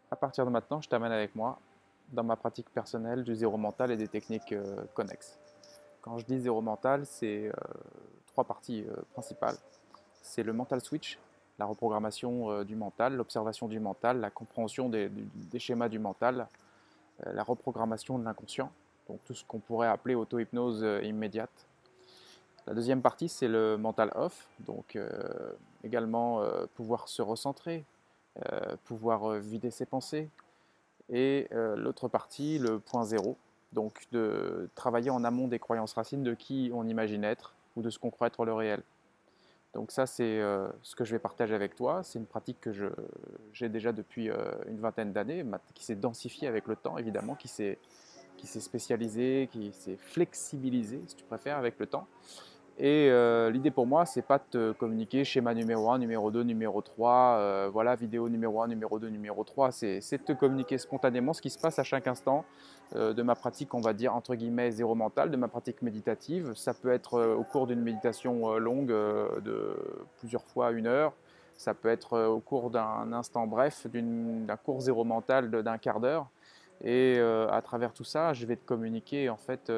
À partir de maintenant, je t'amène avec moi dans ma pratique personnelle du zéro mental et des techniques connexes. Quand je dis zéro mental, c'est trois parties principales. C'est le mental switch, la reprogrammation du mental, l'observation du mental, la compréhension des schémas du mental, la reprogrammation de l'inconscient, donc tout ce qu'on pourrait appeler auto-hypnose immédiate. La deuxième partie, c'est le mental off, donc également pouvoir se recentrer, pouvoir vider ses pensées, et l'autre partie, le point zéro, donc de travailler en amont des croyances racines de qui on imagine être ou de ce qu'on croit être le réel. Donc ça, c'est ce que je vais partager avec toi. C'est une pratique que j'ai déjà depuis une vingtaine d'années, qui s'est densifiée avec le temps, évidemment, qui s'est spécialisée, qui s'est flexibilisée, si tu préfères, avec le temps. Et l'idée pour moi, c'est pas de te communiquer schéma numéro un, numéro 2, numéro 3, voilà, vidéo numéro un, numéro 2, numéro 3. C'est de te communiquer spontanément ce qui se passe à chaque instant de ma pratique, on va dire, entre guillemets, zéro mental, de ma pratique méditative. Ça peut être au cours d'une méditation longue de plusieurs fois 1 heure. Ça peut être au cours d'un instant bref, d'un cours zéro mental d'un quart d'heure. Et à travers tout ça, je vais te communiquer en fait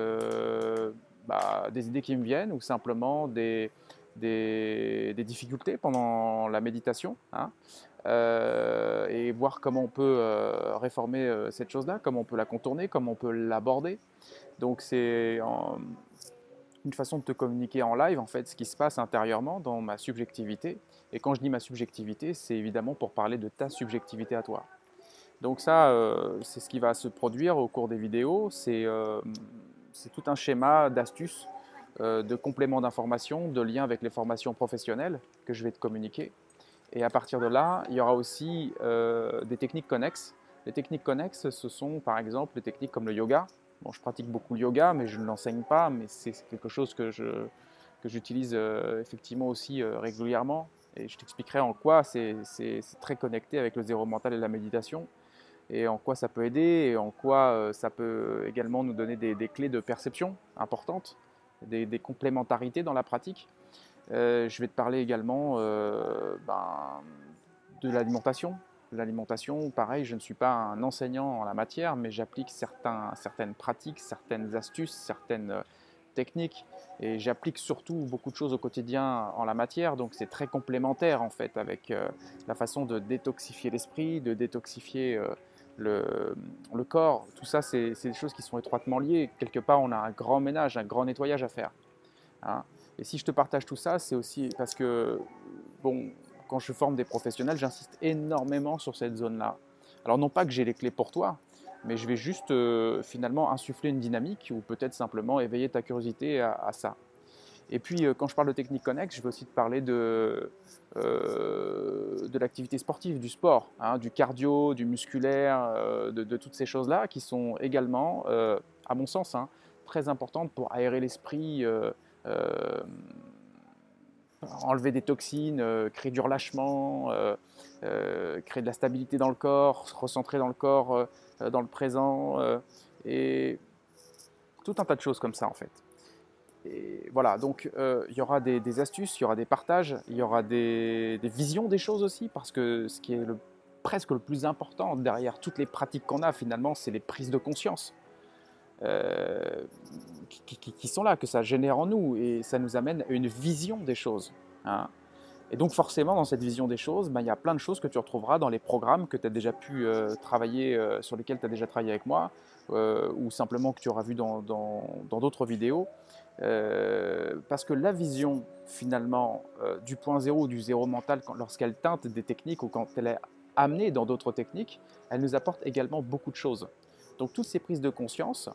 des idées qui me viennent ou simplement des difficultés pendant la méditation, hein, et voir comment on peut réformer cette chose-là, comment on peut la contourner, comment on peut l'aborder. Donc c'est une façon de te communiquer en live en fait ce qui se passe intérieurement dans ma subjectivité. Et quand je dis ma subjectivité, c'est évidemment pour parler de ta subjectivité à toi. Donc ça, c'est ce qui va se produire au cours des vidéos. C'est tout un schéma d'astuces, de compléments d'informations, de liens avec les formations professionnelles que je vais te communiquer. Et à partir de là, il y aura aussi des techniques connexes. Les techniques connexes, ce sont par exemple des techniques comme le yoga. Bon, je pratique beaucoup le yoga, mais je ne l'enseigne pas, mais c'est quelque chose que j'utilise effectivement aussi régulièrement. Et je t'expliquerai en quoi c'est très connecté avec le zéro mental et la méditation et en quoi ça peut aider et en quoi ça peut également nous donner des clés de perception importantes, des complémentarités dans la pratique. Je vais te parler également de l'alimentation. L'alimentation, pareil, je ne suis pas un enseignant en la matière, mais j'applique certaines pratiques, certaines astuces, certaines techniques, et j'applique surtout beaucoup de choses au quotidien en la matière, donc c'est très complémentaire en fait avec la façon de détoxifier l'esprit, de détoxifier le, le corps. Tout ça, c'est des choses qui sont étroitement liées. Quelque part, on a un grand ménage, un grand nettoyage à faire, hein. Et si je te partage tout ça, c'est aussi parce que, bon, quand je forme des professionnels, j'insiste énormément sur cette zone-là. Alors non pas que j'ai les clés pour toi, mais je vais juste finalement insuffler une dynamique ou peut-être simplement éveiller ta curiosité à ça. Et puis quand je parle de technique connexe, je vais aussi te parler de l'activité sportive, du sport, hein, du cardio, du musculaire, de toutes ces choses-là qui sont également, à mon sens, hein, très importantes pour aérer l'esprit, euh, enlever des toxines, créer du relâchement, créer de la stabilité dans le corps, se recentrer dans le corps, dans le présent, et tout un tas de choses comme ça en fait. Et voilà, donc il y aura des astuces, il y aura des partages, il y aura des visions des choses aussi, parce que ce qui est presque le plus important derrière toutes les pratiques qu'on a finalement, c'est les prises de conscience euh, qui sont là, que ça génère en nous, et ça nous amène à une vision des choses, hein. Et donc forcément, dans cette vision des choses, il y a plein de choses que tu retrouveras dans les programmes que tu as déjà pu travailler, sur lesquels tu as déjà travaillé avec moi, ou simplement que tu auras vu dans d'autres vidéos. Parce que la vision, finalement, du point zéro ou du zéro mental, lorsqu'elle teinte des techniques ou quand elle est amenée dans d'autres techniques, elle nous apporte également beaucoup de choses. Donc toutes ces prises de conscience,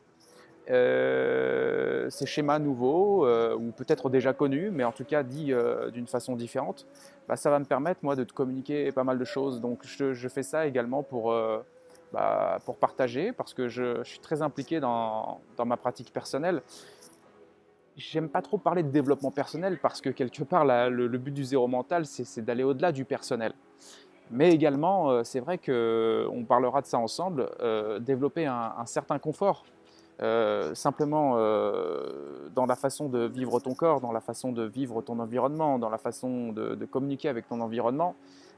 ces schémas nouveaux, ou peut-être déjà connus, mais en tout cas dit d'une façon différente, ça va me permettre moi de te communiquer pas mal de choses. Donc je fais ça également pour partager, parce que je suis très impliqué dans ma pratique personnelle. J'aime pas trop parler de développement personnel parce que quelque part le but du zéro mental, c'est d'aller au-delà du personnel. Mais également, c'est vrai qu'on parlera de ça ensemble, développer un certain confort, simplement dans la façon de vivre ton corps, dans la façon de vivre ton environnement, dans la façon de communiquer avec ton environnement.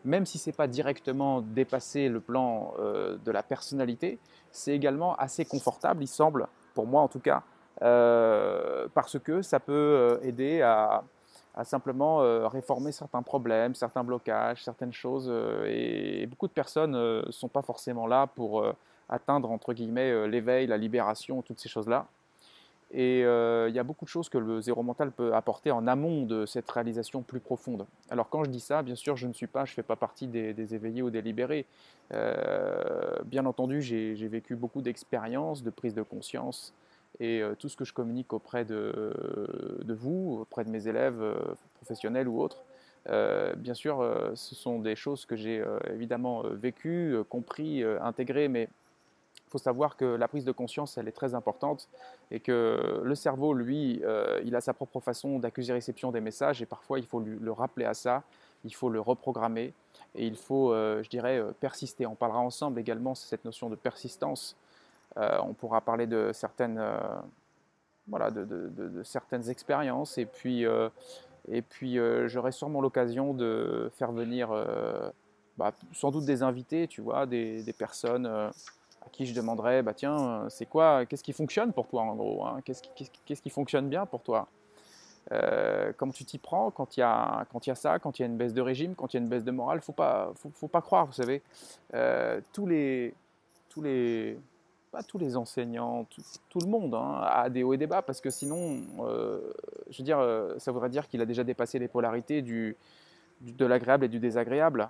même si ce n'est pas directement dépasser le plan de la personnalité, c'est également assez confortable, il semble, pour moi en tout cas, parce que ça peut aider à simplement réformer certains problèmes, certains blocages, certaines choses. Et beaucoup de personnes ne sont pas forcément là pour atteindre, entre guillemets, l'éveil, la libération, toutes ces choses-là. Et il y a beaucoup de choses que le zéro mental peut apporter en amont de cette réalisation plus profonde. Alors quand je dis ça, bien sûr, je ne fais pas partie des éveillés ou des libérés. Bien entendu, j'ai vécu beaucoup d'expériences, de prise de conscience, et tout ce que je communique auprès de vous, auprès de mes élèves professionnels ou autres, bien sûr, ce sont des choses que j'ai évidemment vécues, compris, intégrées, mais il faut savoir que la prise de conscience, elle est très importante et que le cerveau, lui, il a sa propre façon d'accuser-réception des messages et parfois il faut le rappeler à ça, il faut le reprogrammer et il faut, je dirais, persister. On parlera ensemble également de cette notion de persistance. On pourra parler de certaines, voilà, de certaines expériences et puis j'aurai sûrement l'occasion de faire venir sans doute des invités, tu vois, des personnes à qui je demanderais, bah tiens, c'est quoi, qu'est-ce qui fonctionne pour toi en gros, hein, qu'est-ce qui fonctionne bien pour toi, comment tu t'y prends quand il y a ça, quand il y a une baisse de régime, quand il y a une baisse de morale, faut pas croire, vous savez, tous les, pas tous les enseignants, tout le monde hein, a des hauts et des bas parce que sinon, je veux dire, ça voudrait dire qu'il a déjà dépassé les polarités de l'agréable et du désagréable,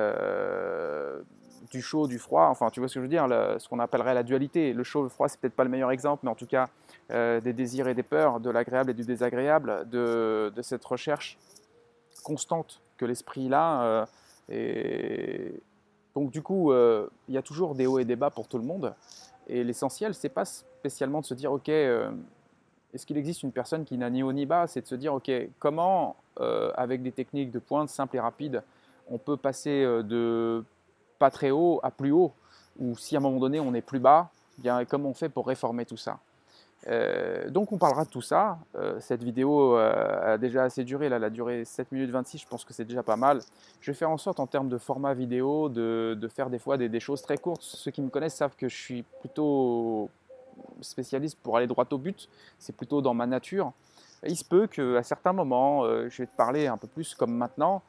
du chaud, du froid, enfin tu vois ce que je veux dire, ce qu'on appellerait la dualité. Le chaud, le froid, c'est peut-être pas le meilleur exemple, mais en tout cas des désirs et des peurs, de l'agréable et du désagréable, de cette recherche constante que l'esprit a. Et donc du coup, il y a toujours des hauts et des bas pour tout le monde. Et l'essentiel, c'est pas spécialement de se dire, ok, est-ce qu'il existe une personne qui n'a ni haut ni bas? C'est de se dire, ok, comment, avec des techniques de pointe simples et rapides, on peut passer de pas très haut à plus haut, ou si à un moment donné on est plus bas, bien comment on fait pour réformer tout ça. Donc on parlera de tout ça. Cette vidéo a déjà assez duré, là, elle a duré 7 minutes 26, je pense que c'est déjà pas mal. Je vais faire en sorte en termes de format vidéo de faire des fois des choses très courtes. Ceux qui me connaissent savent que je suis plutôt spécialiste pour aller droit au but, c'est plutôt dans ma nature. Il se peut qu'à certains moments, je vais te parler un peu plus comme maintenant,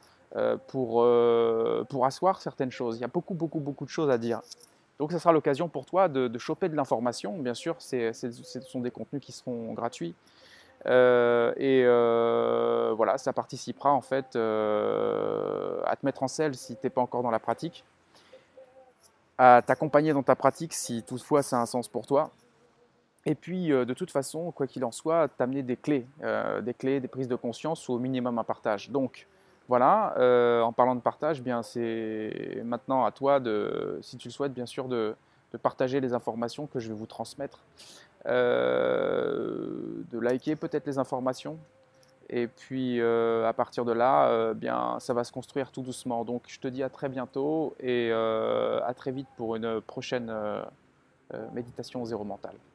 pour asseoir certaines choses. Il y a beaucoup de choses à dire. Donc, ça sera l'occasion pour toi de choper de l'information. Bien sûr, ce sont des contenus qui seront gratuits. Voilà, ça participera en fait à te mettre en selle si tu n'es pas encore dans la pratique, à t'accompagner dans ta pratique si toutefois ça a un sens pour toi. Et puis, de toute façon, quoi qu'il en soit, t'amener des clés, des prises de conscience ou au minimum un partage. Donc, voilà, en parlant de partage, bien, c'est maintenant à toi, si tu le souhaites, bien sûr, de partager les informations que je vais vous transmettre, de liker peut-être les informations. Et puis, à partir de là, bien, ça va se construire tout doucement. Donc, je te dis à très bientôt et à très vite pour une prochaine méditation zéro mental.